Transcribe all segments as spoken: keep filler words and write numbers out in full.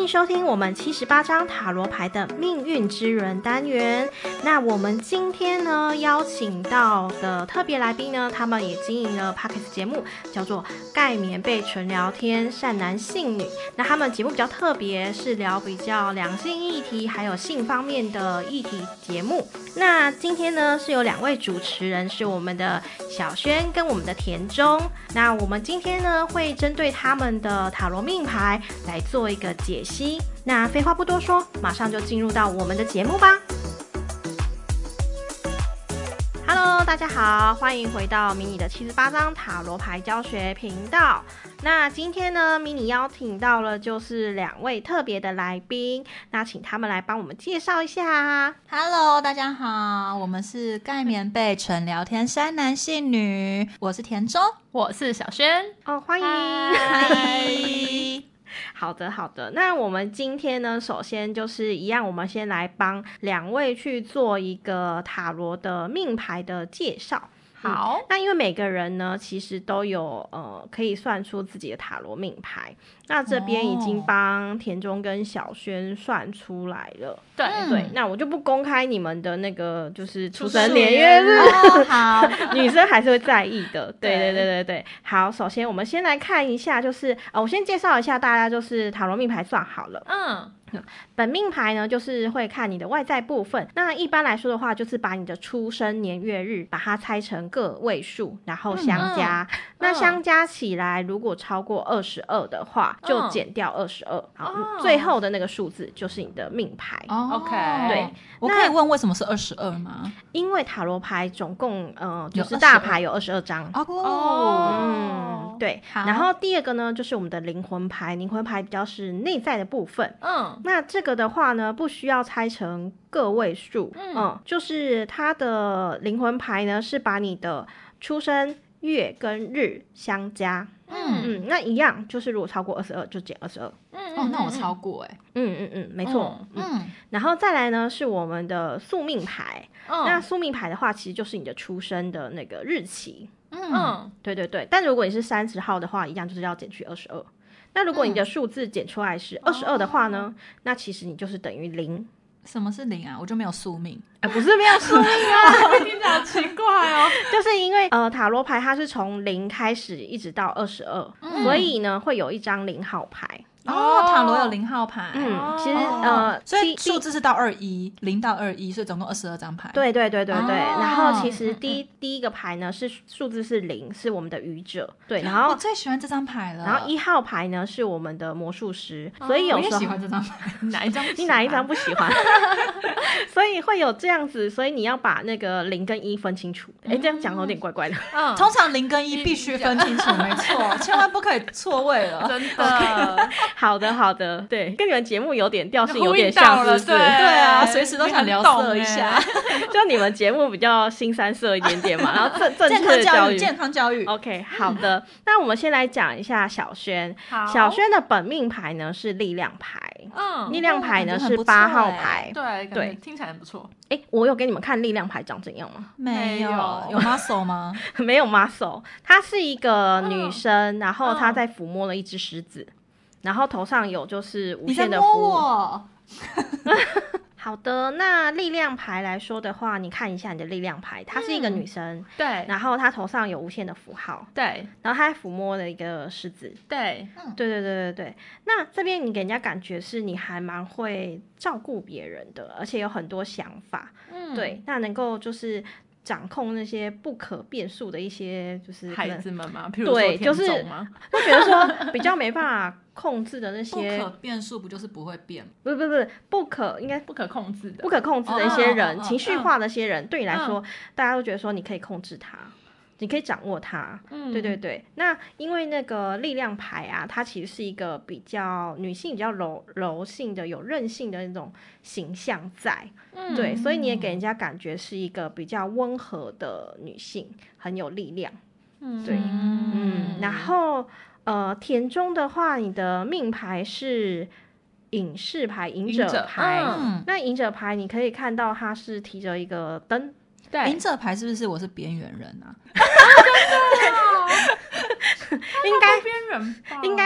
迎收听我们七十八张塔罗牌的命运之轮单元。那我们今天呢邀请到的特别来宾呢，他们也经营了 Podcast 节目，叫做盖棉被纯聊天善男信女。那他们节目比较特别，是聊比较两性议题还有性方面的议题节目。那今天呢是有两位主持人，是我们的小轩跟我们的田中。那我们今天呢会针对他们的塔罗命牌来做一个解析。那废话不多说，马上就进入到我们的节目吧。Hello， 大家好，欢迎回到迷你的七十八张塔罗牌教学频道。那今天呢，迷你邀请到了就是两位特别的来宾，那请他们来帮我们介绍一下。 Hello， 大家好，我们是盖棉被纯聊天山男信女，我是田中， 我是小轩。 哦，欢迎。 嗨。 好的好的，那我们今天呢首先就是一样，我们先来帮两位去做一个塔罗的命牌的介绍。 好、 嗯，那因为每个人呢其实都有呃可以算出自己的塔罗命牌，那这边已经帮田中跟小轩算出来了。 对、 嗯、对，那我就不公开你们的那个就是出生年月日， 哦、好， 女生还是会在意的。对对对对对，好，首先我们先来看一下，就是呃我先介绍一下大家，就是塔罗命牌算好了。 嗯。 本命牌呢就是会看你的外在部分，那一般来说的话就是把你的出生年月日把它拆成个位数然后相加、嗯、那相加起来如果超过二十二的话、嗯、就减掉二十二，好、哦、最后的那个数字就是你的命牌、 哦、 OK。 对， 我可以问为什么是二十二吗？ 因为塔罗牌总共呃就是大牌有二十二张哦， 嗯，对。然后第二个呢就是我们的灵魂牌，灵魂牌比较是内在的部分。嗯，那这个的话呢不需要拆成个位数， 嗯, 嗯，就是它的灵魂牌呢是把你的出生月跟日相加。嗯嗯，那一样就是如果超过二十二就减二十二。 嗯哦，那我超过哎、欸。 嗯嗯嗯，没错。嗯, 嗯， 然后再来呢是我们的宿命牌。嗯，那宿命牌的话其实就是你的出生的那个日期。嗯，对对对。但如果你是三十号的话，一样就是要减去二十二。那如果你的数字减出来是二十二的话呢、嗯、那其实你就是等于零。 什么是零啊？我就没有宿命。 呃、不是没有宿命啊听起来好奇怪哦。 就是因为呃塔罗牌它是从零开始一直到二十二，所以呢会有一张零号牌。 哦，塔罗有零号牌。 嗯，其实、 哦、 呃， 所以数字是到二一，零到二一，所以总共二十二张牌。 对对对对对。 哦、 然后其实第一、嗯、第一个牌呢是数字是零，是我们的愚者。对，然后我最喜欢这张牌了。 然后一号牌呢是我们的魔术师，哦、所以有时候我也喜欢这张牌。 哪一张？ 你哪一张不喜欢？所以会有这样子，所以你要把那个零跟一分清楚。哎、嗯，这样讲有点怪怪的。 嗯，通常零跟一必须分清楚，没错，千万不可以错位了。 真的。 好的好的。对，跟你们节目有点调性有点像，是不是？ 对对啊，随时都想聊色一下。 就你们节目比较新三色一点点嘛，然后正正确的教育，健康教育。 OK， 好的。那我们先来讲一下小轩。小轩的本命牌呢是力量牌，嗯，力量牌呢、嗯、是八号牌。 对对，听起来很不错。 哎，我有给你们看力量牌长怎样吗？ 没有，有 muscle 吗？ 没有 muscle， 她是一个女生，嗯、然后她在抚摸了一只狮子。然后头上有就是无限的符。 你在摸我。 好的，那力量牌来说的话，你看一下你的力量牌，她是一个女生、嗯、 对， 然后她头上有无限的符号， 对， 然后她还抚摸了一个狮子， 对、 嗯、对对对对对。那这边你给人家感觉是你还蛮会照顾别人的，而且有很多想法，嗯，对，那能够就是掌控那些不可变数的一些就是孩子们吗？譬如说对，就是会觉得说比较没办法控制的那些不可变数，不就是不会变？ 不是不是不是不可应该不可控制的不可控制的一些人， 哦、 情绪化的一些人，嗯、对你来说、嗯，大家都觉得说你可以控制他。你可以掌握它，嗯，对对对。那因为那个力量牌啊，它其实是一个比较女性、比较柔柔性的、有韧性的那种形象在，嗯，对，所以你也给人家感觉是一个比较温和的女性，很有力量，嗯，对，嗯。然后呃，田中的话，你的命牌是隐士牌、隐者牌，嗯，那隐者牌你可以看到它是提着一个灯。 隐者牌是不是我是边缘人啊？ 应该边缘吧， 应该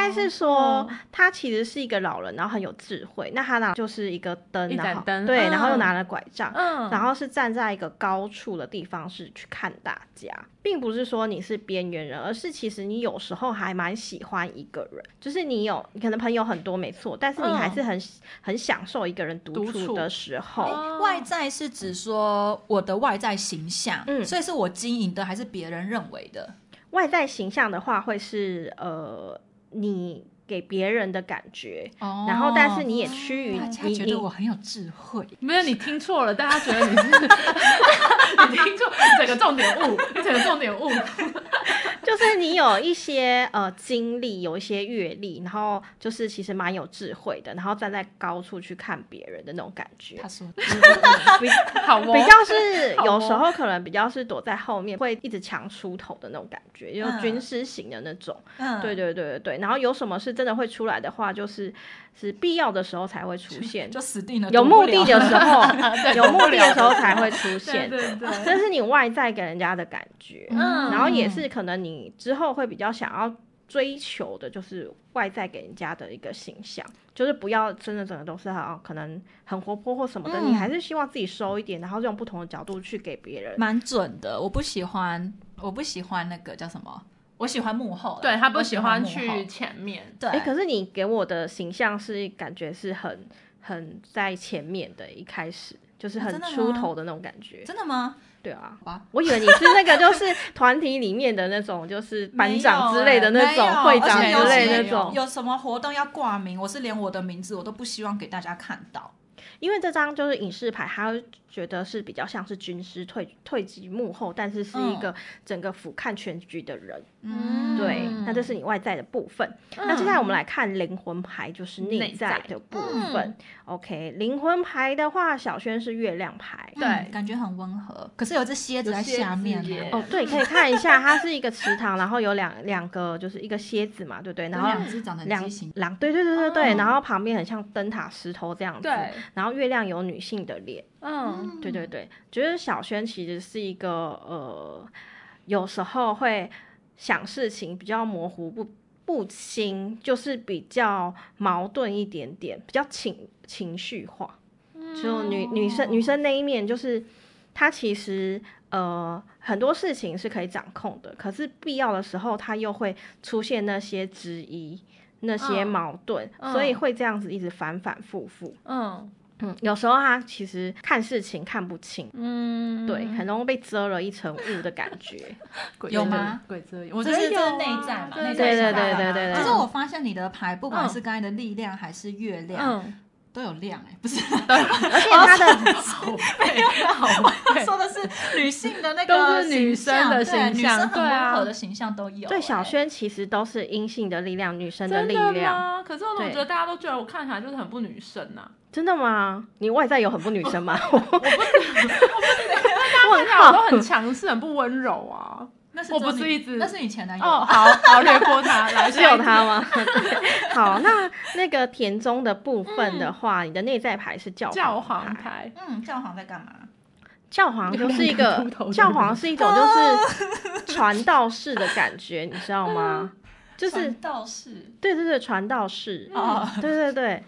该是说、嗯、他其实是一个老人，然后很有智慧。那他拿就是一个灯， 一盏灯， 对、 嗯， 然后又拿了拐杖， 嗯， 然后是站在一个高处的地方是去看大家，并不是说你是边缘人，而是其实你有时候还蛮喜欢一个人，就是你有你可能朋友很多没错，但是你还是很、嗯、很享受一个人独处的时候。 欸、外在是指说我的外在形象，嗯，所以是我经营的还是别人认为的？ 外在形象的话会是呃你给别人的感觉、哦、然后但是你也趋于、 大家觉得我很有智慧。 没有，你听错了，大家觉得你是你听错，你整个重点误，你整个重点误就是你有一些呃经历，有一些阅历，然后就是其实蛮有智慧的，然后站在高处去看别人的那种感觉。 他说嗯嗯、比, 好、哦、 比较是有时候可能比较是躲在后面会一直强出头的那种感觉，有军师型的那种、嗯、对对对对。然后有什么是真的会出来的话，就是是必要的时候才会出现， 就死定了， 有目的的时候有目的的时候才会出现对对对， 这是你外在给人家的感觉、嗯、然后也是可能你之后会比较想要追求的，就是外在给人家的一个形象，就是不要真的整个都是好可能很活泼或什么的、嗯、你还是希望自己收一点，然后用不同的角度去给别人。 蛮准的，我不喜欢我不喜欢那个叫什么，我喜欢幕后， 对，他不喜欢去前面。 对、 欸，可是你给我的形象是感觉是很很在前面的，一开始就是很出头的那种感觉。 真的吗？ 对啊，我以为你是那个就是团体里面的那种就是班长之类的那种、欸、会长之类的那种。 有什么活动要挂名，我是连我的名字我都不希望给大家看到。 因为这张就是影视牌，他觉得是比较像是军师退退居幕后，但是是一个整个俯瞰全局的人。嗯，对，那这是你外在的部分。嗯、那接下来我们来看灵魂牌，就是内在的部分。嗯、OK， 灵魂牌的话，小轩是月亮牌， 对、嗯，感觉很温和。可是有只蝎子在下面、啊。 哦，对，可以看一下，它是一个池塘，然后有两两个就是一个蝎子嘛，对不对？然后两只长得很畸形， 两对对对对对、哦，然后旁边很像灯塔石头这样子。 对， 然后月亮有女性的脸。 嗯， 对对对，觉得小轩其实是一个呃，有时候会想事情比较模糊不不清，就是比较矛盾一点点，比较情情绪化。就女女生女生那一面，就是她其实呃很多事情是可以掌控的，可是必要的时候她又会出现那些质疑、那些矛盾，嗯、所以会这样子一直反反复复。嗯。嗯，有时候他其实看事情看不清，嗯，对，很容易被遮了一层雾的感觉。 有吗？ 鬼遮眼， 我觉得这是内在嘛，内在对对对对对。 可是我发现你的牌，不管是刚才的力量还是月亮，嗯、都有亮哎、欸，不是？ 而且他的手背，我说的是女性的那个， 都是女生的形象， 女生很温和的形象都有、欸。 对，小轩其实都是阴性的力量，女生的力量。 真的吗？可是我怎么觉得大家都觉得我看起来就是很不女生啊？ 真的吗？你外在有很不女生吗？ 我不，我不，我不，大家看起来我都很强势，很不温柔啊。 那是我不是一直， 那是你前男友。 哦，好好略过他，来是有他吗？好，那那个田中的部分的话，嗯、你的内在牌是教教皇皇牌。 嗯，教皇在干嘛？ 教皇就是一个教皇是一种就是传道士的感觉，你知道吗？就是传道士。 对对对，传道士。 哦， 对对对。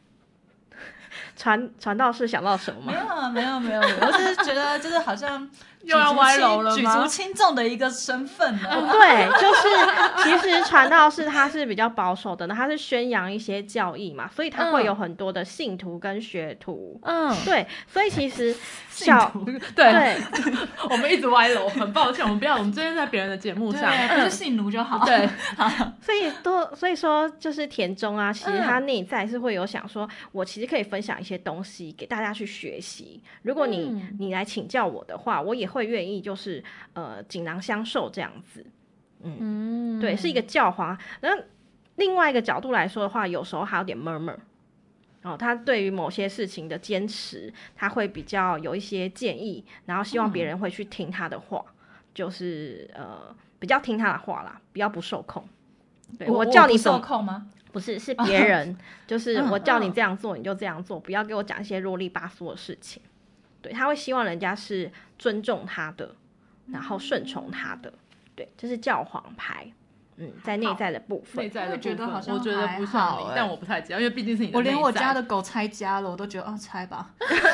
传传道士想到什么吗？ 没有啊，没有没有没有，我只是觉得就是好像又要歪楼了吗？ 举足轻重的一个身份呢、 嗯。对，就是其实传道士他是比较保守的，他是宣扬一些教义嘛，所以他会有很多的信徒跟学徒。嗯，对，所以其实小对对，我们一直歪楼，很抱歉，我们不要，我们今天在别人的节目上， 不是信奴就好。 对， 所以多所以说就是田中啊，其实他内在是会有想说，我其实可以分享一些东西给大家去学习。如果你、嗯、你来请教我的话，我也会愿意，就是呃锦囊相授这样子。嗯，嗯对，是一个教皇。那另外一个角度来说的话，有时候还有点 murmur。哦，他对于某些事情的坚持，他会比较有一些建议，然后希望别人会去听他的话，嗯、就是呃比较听他的话啦，比较不受控。对我, 我叫你我不受控吗？ 不是，是别人，就是我叫你这样做，你就这样做，不要给我讲一些啰里吧嗦的事情。对，他会希望人家是尊重他的，然后顺从他的。对，这是教皇牌。 嗯，在内在的部分， 内在的部分， 我觉得好像我觉得不像你， 还好欸但我不太知道，因为毕竟是你的我连我内在家的狗拆家了，我都觉得哦，拆吧。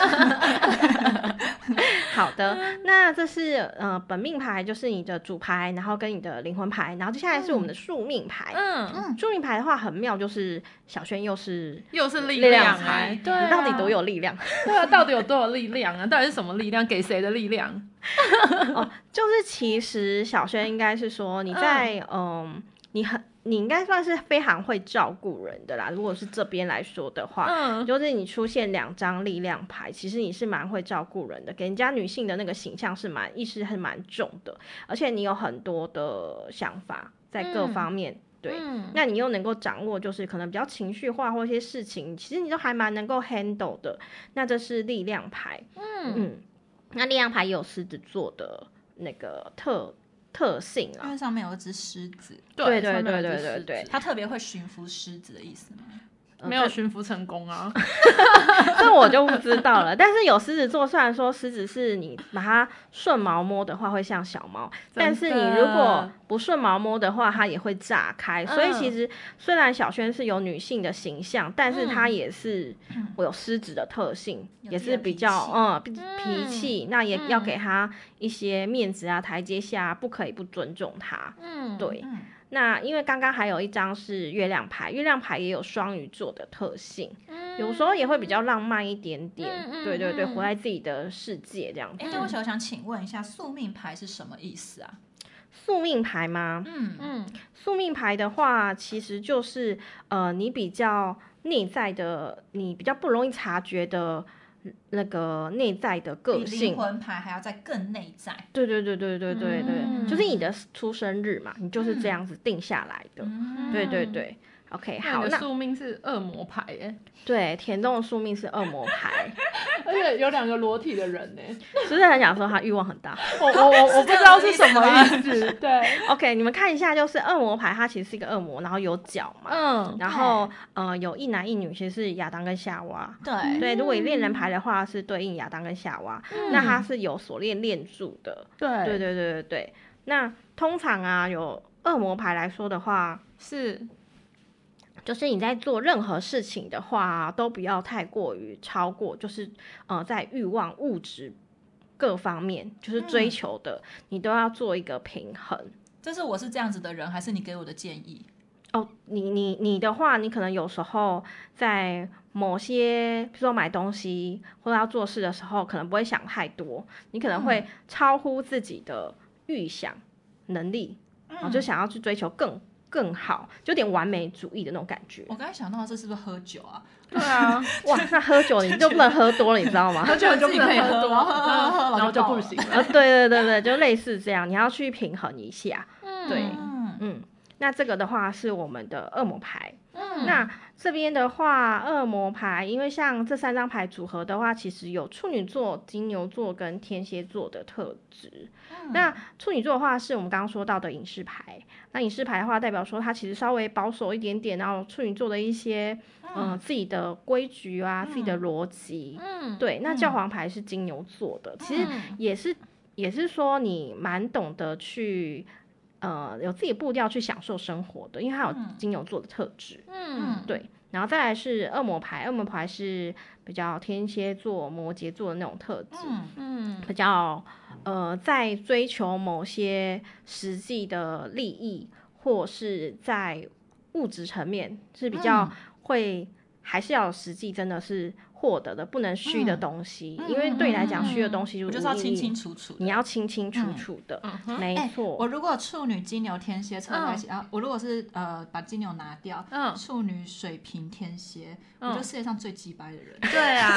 好的，那这是呃本命牌，就是你的主牌，然后跟你的灵魂牌，然后接下来是我们的宿命牌。 嗯， 宿命牌的话很妙，就是小轩又是又是力力量哎、 牌， 对、啊， 你到底多有力量？ 对啊，到底有多有力量啊？到底是什么力量？给谁的力量？ 哦，就是其实小轩应该是说你在嗯、呃，你很。你应该算是非常会照顾人的啦。如果是这边来说的话，嗯，就是你出现两张力量牌，其实你是蛮会照顾人的，给人家女性的那个形象是蛮意识还蛮重的，而且你有很多的想法在各方面。嗯对、嗯，那你又能够掌握，就是可能比较情绪化或一些事情，其实你都还蛮能够 handle 的。那这是力量牌，嗯嗯，那力量牌也有狮子座的那个特特性啊， 因为上面有一只狮子， 对对对对对对， 它特别会驯服狮子的意思吗？ 没有驯服成功啊， 这我就不知道了。但是有狮子座，虽然说狮子是你把它顺毛摸的话会像小猫，但是你如果不顺毛摸的话，它也会炸开。嗯、所以其实虽然小轩是有女性的形象，但是它也是我有狮子的特性，嗯、也是比较嗯脾气、嗯，那也要给他一些面子啊，台阶下，不可以不尊重他。嗯，对。嗯，那因为刚刚还有一张是月亮牌，月亮牌也有双鱼座的特性，嗯、有时候也会比较浪漫一点点，嗯、对对对，活在自己的世界这样子。 哎、欸，那我想请问一下，宿命牌是什么意思啊？ 宿命牌吗？嗯嗯，宿命牌的话，其实就是呃，你比较内在的，你比较不容易察觉的。那个内在的个性， 比灵魂牌还要再更内在。 对对对对对对对，嗯、就是你的出生日嘛，你就是这样子定下来的。嗯、对对对 ，OK， 好， 那你的宿命是恶魔牌耶。 对，田中的宿命是恶魔牌， 而且有两个裸体的人呢， 是不是很想说他欲望很大？ 我我我我不知道是什么意思。对 ，OK， 你们看一下，就是恶魔牌，它其实是一个恶魔，然后有脚嘛，嗯，然后呃有一男一女，其实是亚当跟夏娃。 对对，如果以恋人牌的话，是对应亚当跟夏娃，嗯、那它是有锁链链住的。 对对对对对对。那通常啊，有恶魔牌来说的话， 是。 就是你在做任何事情的话，都不要太过于超过，就是呃，在欲望、物质各方面，就是追求的，嗯、你都要做一个平衡。 这是我是这样子的人，还是你给我的建议？ 哦，你你你的话，你可能有时候在某些，比如说买东西或者要做事的时候，可能不会想太多，你可能会超乎自己的预想能力，嗯、然后就想要去追求更。更好，就有点完美主义的那种感觉。 我刚才想到这是不是喝酒啊？ 对啊， 哇，那喝酒你就不能喝多了，你知道吗？ 喝酒就不能喝多， 然后就不行。 呃，对对对对，就类似这样，你要去平衡一下。嗯、对，嗯嗯。那这个的话是我们的恶魔牌。嗯，那这边的话，恶魔牌，因为像这三张牌组合的话，其实有处女座、金牛座跟天蝎座的特质。嗯、那处女座的话，是我们刚刚说到的隐士牌。那隐士牌的话，代表说他其实稍微保守一点点，然后处女座的一些嗯、呃、自己的规矩啊、嗯、自己的逻辑。嗯，对。那教皇牌是金牛座的，嗯、其实也是也是说你蛮懂得去。呃，有自己步调去享受生活的，因为它有金牛座的特质。嗯，对。然后再来是恶魔牌，恶魔牌是比较天蝎座、摩羯座的那种特质。嗯，比较呃，在追求某些实际的利益，或是在物质层面是比较会，嗯、还是要有实际，真的是。获得的不能虚的东西，嗯、因为对你来讲，虚、嗯、的东西就是就是要清清楚楚， 你要清清楚楚的，嗯、没错、欸。 我如果处女、金牛、天蝎凑在一起，然后、嗯啊、我如果是呃把金牛拿掉，嗯、处女、水瓶、天蝎，嗯、我就是世界上最鸡掰的人。 对啊，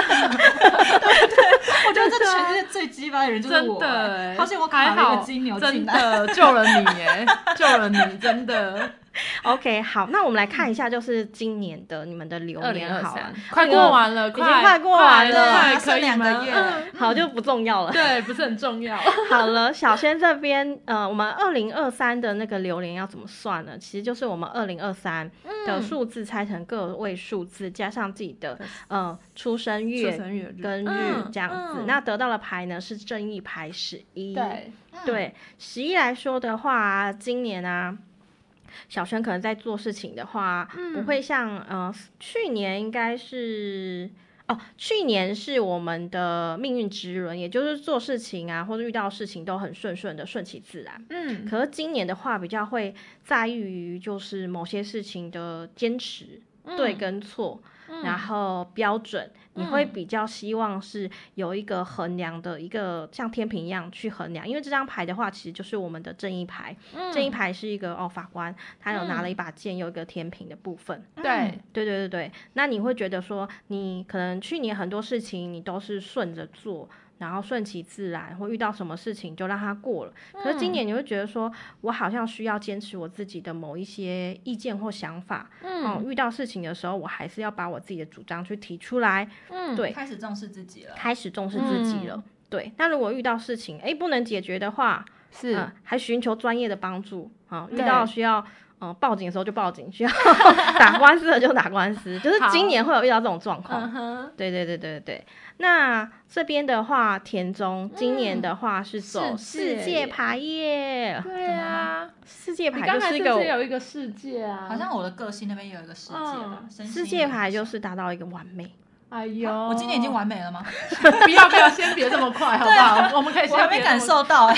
我觉得这全世界最鸡掰的人就是我、欸。真的，好险我卡了一个金牛进来， 真的救了你耶，救了你，真的。 OK， 好，那我们来看一下，就是今年的你们的流年好了， 快过完了， 已经快过完了， 还剩两个月， 嗯、好就不重要了， 对，不是很重要。 好了，小轩这边，呃，我们二零二三的那个流年要怎么算呢？其实就是我们二零二三的数字拆成个位数字，加上自己的呃出生月跟日这样子，嗯嗯、那得到的牌呢是正义牌十一， 对对，十一来说的话，今年啊。 小轩可能在做事情的话，嗯、不会像呃去年应该是。哦，去年是我们的命运之轮，也就是做事情啊，或者遇到事情都很顺顺的，顺其自然。嗯，可是今年的话，比较会在意于就是某些事情的坚持，嗯、对跟错，嗯、然后标准，你会比较希望是有一个衡量的一个像天平一样去衡量，因为这张牌的话，其实就是我们的正义牌。嗯、正义牌是一个哦法官，他有拿了一把剑，有一个天平的部分。 嗯、对对对对对，那你会觉得说，你可能去年很多事情你都是顺着做，然后顺其自然，或遇到什么事情就让它过了。可是今年你会觉得说，我好像需要坚持我自己的某一些意见或想法。嗯，嗯遇到事情的时候，我还是要把我自己的主张去提出来。嗯，对， 开始重视自己了， 开始重视自己了。嗯、对，那如果遇到事情，哎，不能解决的话， 是、 呃、还寻求专业的帮助啊、呃。遇到需要。嗯，报警的时候就报警，需要打官司的就打官司，就是今年会有遇到这种状况。对对对对对。那这边的话，田中今年的话是走世界牌耶。 对啊， 世界牌就是一个， 你刚才是不是有一个世界啊？ 好像我的个性那边也有一个世界吧。 嗯、世界牌就是达到一个完美。 哎呦， 我今年已经完美了吗？ 不要不要，先别这么快，好不好？我们可以先别。 我还没感受到哎。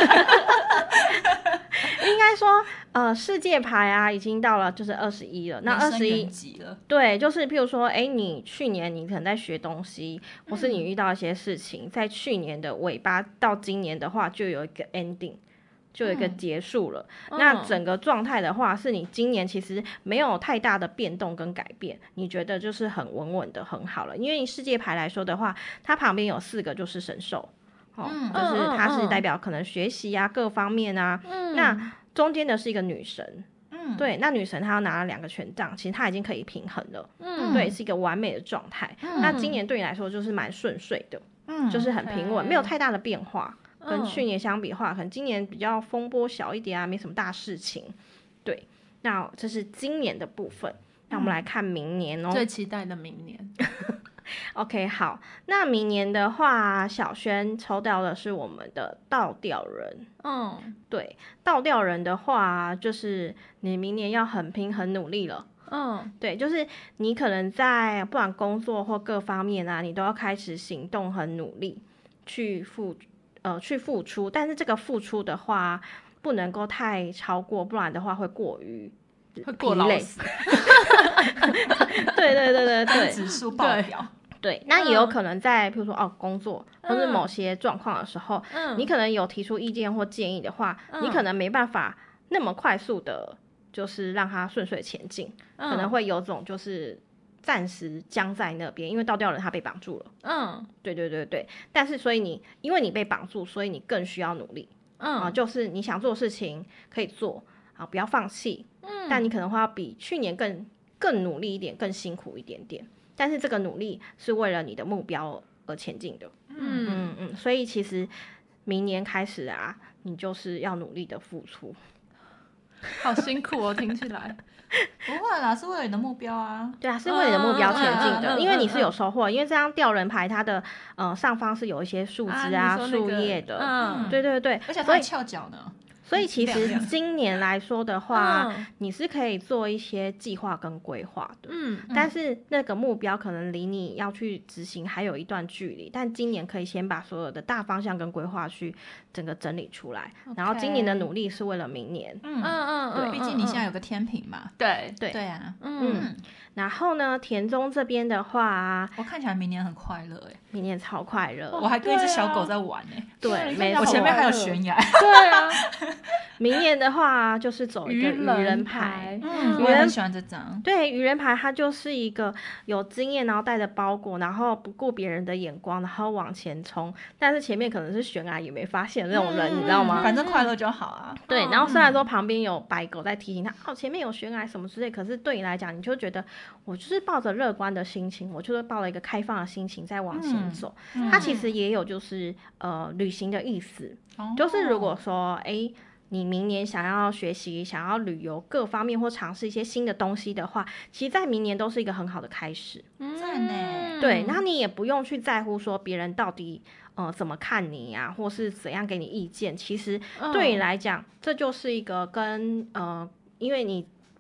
应该说，呃，世界牌啊，已经到了就是二十一了。那二十一，对，就是譬如说，哎，你去年你可能在学东西，或是你遇到一些事情，嗯、在去年的尾巴到今年的话，就有一个 ending。就有一个结束了、嗯、那整个状态的话是你今年其实没有太大的变动跟改变，你觉得就是很稳稳的很好了。因为你世界牌来说的话，它旁边有四个就是神兽、哦嗯、就是它是代表可能学习啊、嗯、各方面啊、嗯、那中间的是一个女神、嗯、对，那女神她拿了两个权杖，其实她已经可以平衡了、嗯、对，是一个完美的状态、嗯、那今年对你来说就是蛮顺遂的、嗯、就是很平稳、okay. 没有太大的变化，跟去年相比的话、嗯、可能今年比较风波小一点啊，没什么大事情。对，那这是今年的部分。那我们来看明年哦， 最期待的明年。 OK， 好，那明年的话，小轩抽到的是我们的倒吊人。嗯，对，倒吊人的话，就是你明年要很拼很努力了。嗯，对，就是你可能在不管工作或各方面啊，你都要开始行动，很努力去付。呃，去付出，但是这个付出的话，不能够太超过，不然的话会过于会过劳死。 对对对对对， 指数爆表。 对，那也有可能在，譬如说哦，工作或是某些状况的时候、嗯，你可能有提出意见或建议的话，嗯、你可能没办法那么快速的，就是让它顺遂前进、嗯，可能会有种就是。暂时僵在那边，因为倒吊人他被绑住了。嗯，对对对对。但是所以你因为你被绑住，所以你更需要努力。嗯，啊，就是你想做的事情可以做，啊，不要放弃。嗯，但你可能会要比去年更更努力一点，更辛苦一点点。但是这个努力是为了你的目标而前进的。嗯嗯嗯。所以其实明年开始啊，你就是要努力的付出。 好辛苦哦，听起来。 不会啦，是为了你的目标啊。 对啊，是为了你的目标前进的，嗯、因为你是有收获。因为这张吊人牌，它的呃上方是有一些树枝啊、树、啊那个、叶的。嗯，对对对， 而且它还翘脚呢。 所以其实今年来说的话，嗯、你是可以做一些计划跟规划的。嗯，但是那个目标可能离你要去执行还有一段距离。但今年可以先把所有的大方向跟规划去整个整理出来。Okay. 然后今年的努力是为了明年。 嗯嗯嗯，对，毕竟你现在有个天平嘛。 对对对啊。 嗯。嗯然后呢，田中这边的话、啊， 我看起来明年很快乐哎， 明年超快乐， 我还跟一只小狗在玩哎， 对，没错， 我前面还有悬崖， 对啊。 明年的话就是走一个愚人牌， 嗯，我也很喜欢这张。 对，愚人牌它就是一个有经验，然后带着包裹，然后不顾别人的眼光，然后往前冲，但是前面可能是悬崖也没发现的那种人、嗯，你知道吗？ 反正快乐就好啊。 对，然后虽然说旁边有白狗在提醒他，哦，前面有悬崖什么之类，可是对你来讲，你就觉得我就是抱着乐观的心情，我就是抱了一个开放的心情在往前走。嗯嗯、它其实也有就是呃旅行的意思，哦、就是如果说哎。你明年想要学习、想要旅游各方面或尝试一些新的东西的话，其实在明年都是一个很好的开始。 赞耶！ 对，然后你也不用去在乎说别人到底呃怎么看你啊，或是怎样给你意见。其实对你来讲，嗯、这就是一个跟呃，因为你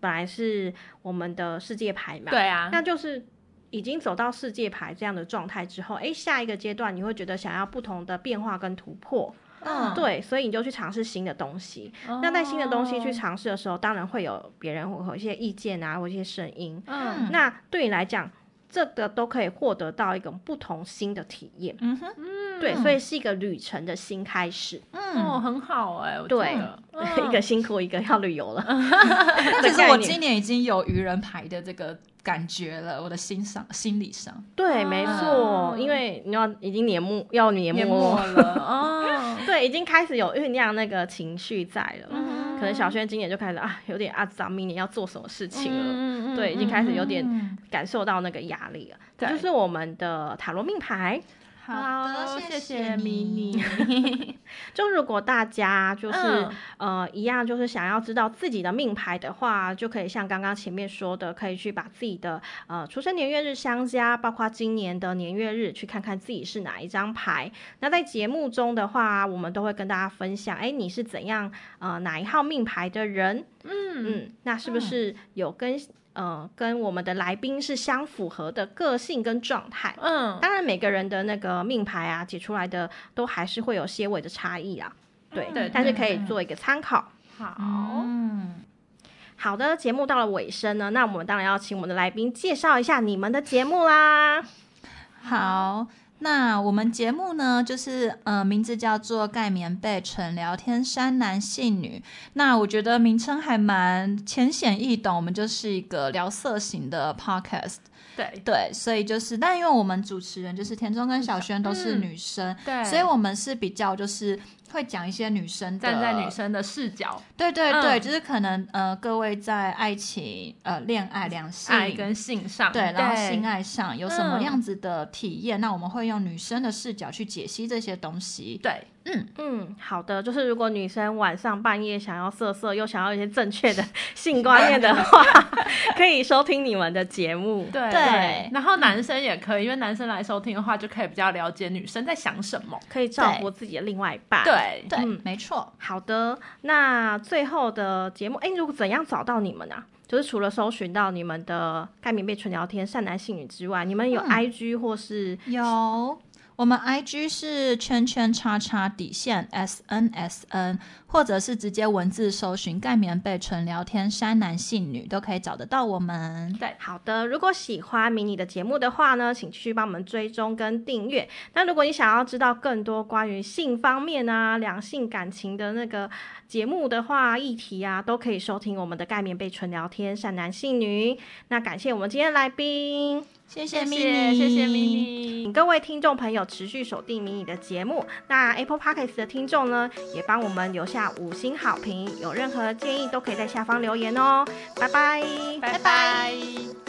本来是我们的世界牌嘛， 对啊， 那就是已经走到世界牌这样的状态之后，哎，下一个阶段你会觉得想要不同的变化跟突破。嗯，对，所以你就去尝试新的东西。哦、那在新的东西去尝试的时候，当然会有别人会有一些意见啊，或一些声音。嗯，那对你来讲，这个都可以获得到一种不同新的体验。嗯哼，对，所以是一个旅程的新开始。 嗯，哦，很好哎、欸，我觉得对、嗯，一个辛苦，一个要旅游了。 但其实我今年已经有愚人牌的这个感觉了，我的心上心理上。 对，没错，因为你要已经年末要年末, 年末了哦， 对，已经开始有酝酿那个情绪在了。嗯，可能小轩今年就开始啊，有点啊，咱明年要做什么事情了？嗯、对，已经开始有点感受到那个压力了。这就是我们的塔罗命牌。 好的， 谢谢迷你。 就如果大家就是、嗯、呃一样，就是想要知道自己的命牌的话，就可以像刚刚前面说的，可以去把自己的呃出生年月日相加，包括今年的年月日，去看看自己是哪一张牌。那在节目中的话，我们都会跟大家分享，哎，你是怎样呃哪一号命牌的人？嗯嗯，那是不是有跟、嗯呃，跟我们的来宾是相符合的个性跟状态。嗯，当然每个人的那个命牌啊，解出来的都还是会有些微的差异啊。对，嗯、对，但是可以做一个参考。 好， 嗯，好的，节目到了尾声呢，那我们当然要请我们的来宾介绍一下你们的节目啦。 好。那我们节目呢，就是呃，名字叫做盖棉被纯聊天山男性女。那我觉得名称还蛮浅显易懂，我们就是一个聊色型的 podcast。 对对，所以就是，但因为我们主持人就是田中跟小轩都是女生，嗯、 对， 所以我们是比较就是会讲一些女生的， 站在女生的视角。 对对对，嗯、就是可能呃，各位在爱情、呃恋爱、两性、 爱跟性上， 对，然后性爱上有什么样子的体验、嗯，那我们会用女生的视角去解析这些东西。 对。 嗯嗯，好的，就是如果女生晚上半夜想要色色，又想要一些正确的性观念的话，可以收听你们的节目。 对对，然后男生也可以，因为男生来收听的话，就可以比较了解女生在想什么， 可以照顾自己的另外一半。 对对、 嗯， 没错。 好的，那最后的节目，哎，如果怎样找到你们啊？就是除了搜寻到你们的盖棉被纯聊天善男信女之外，你们有 I G 或是、 嗯、有。我们 I G 是圈圈叉叉底线 S N S N， 或者是直接文字搜寻盖棉被纯聊天山男性女都可以找得到我们。 对，好的，如果喜欢迷你的节目的话呢，请继续帮我们追踪跟订阅。那如果你想要知道更多关于性方面啊、两性感情的那个节目的话、议题啊，都可以收听我们的盖棉被纯聊天善男信女。那感谢我们今天的来宾。 谢谢迷你， 谢谢迷你， 请各位听众朋友持续锁定迷你的节目。那 Apple Podcast 的听众呢，也帮我们留下五星好评，有任何建议都可以在下方留言哦。拜拜， 拜拜。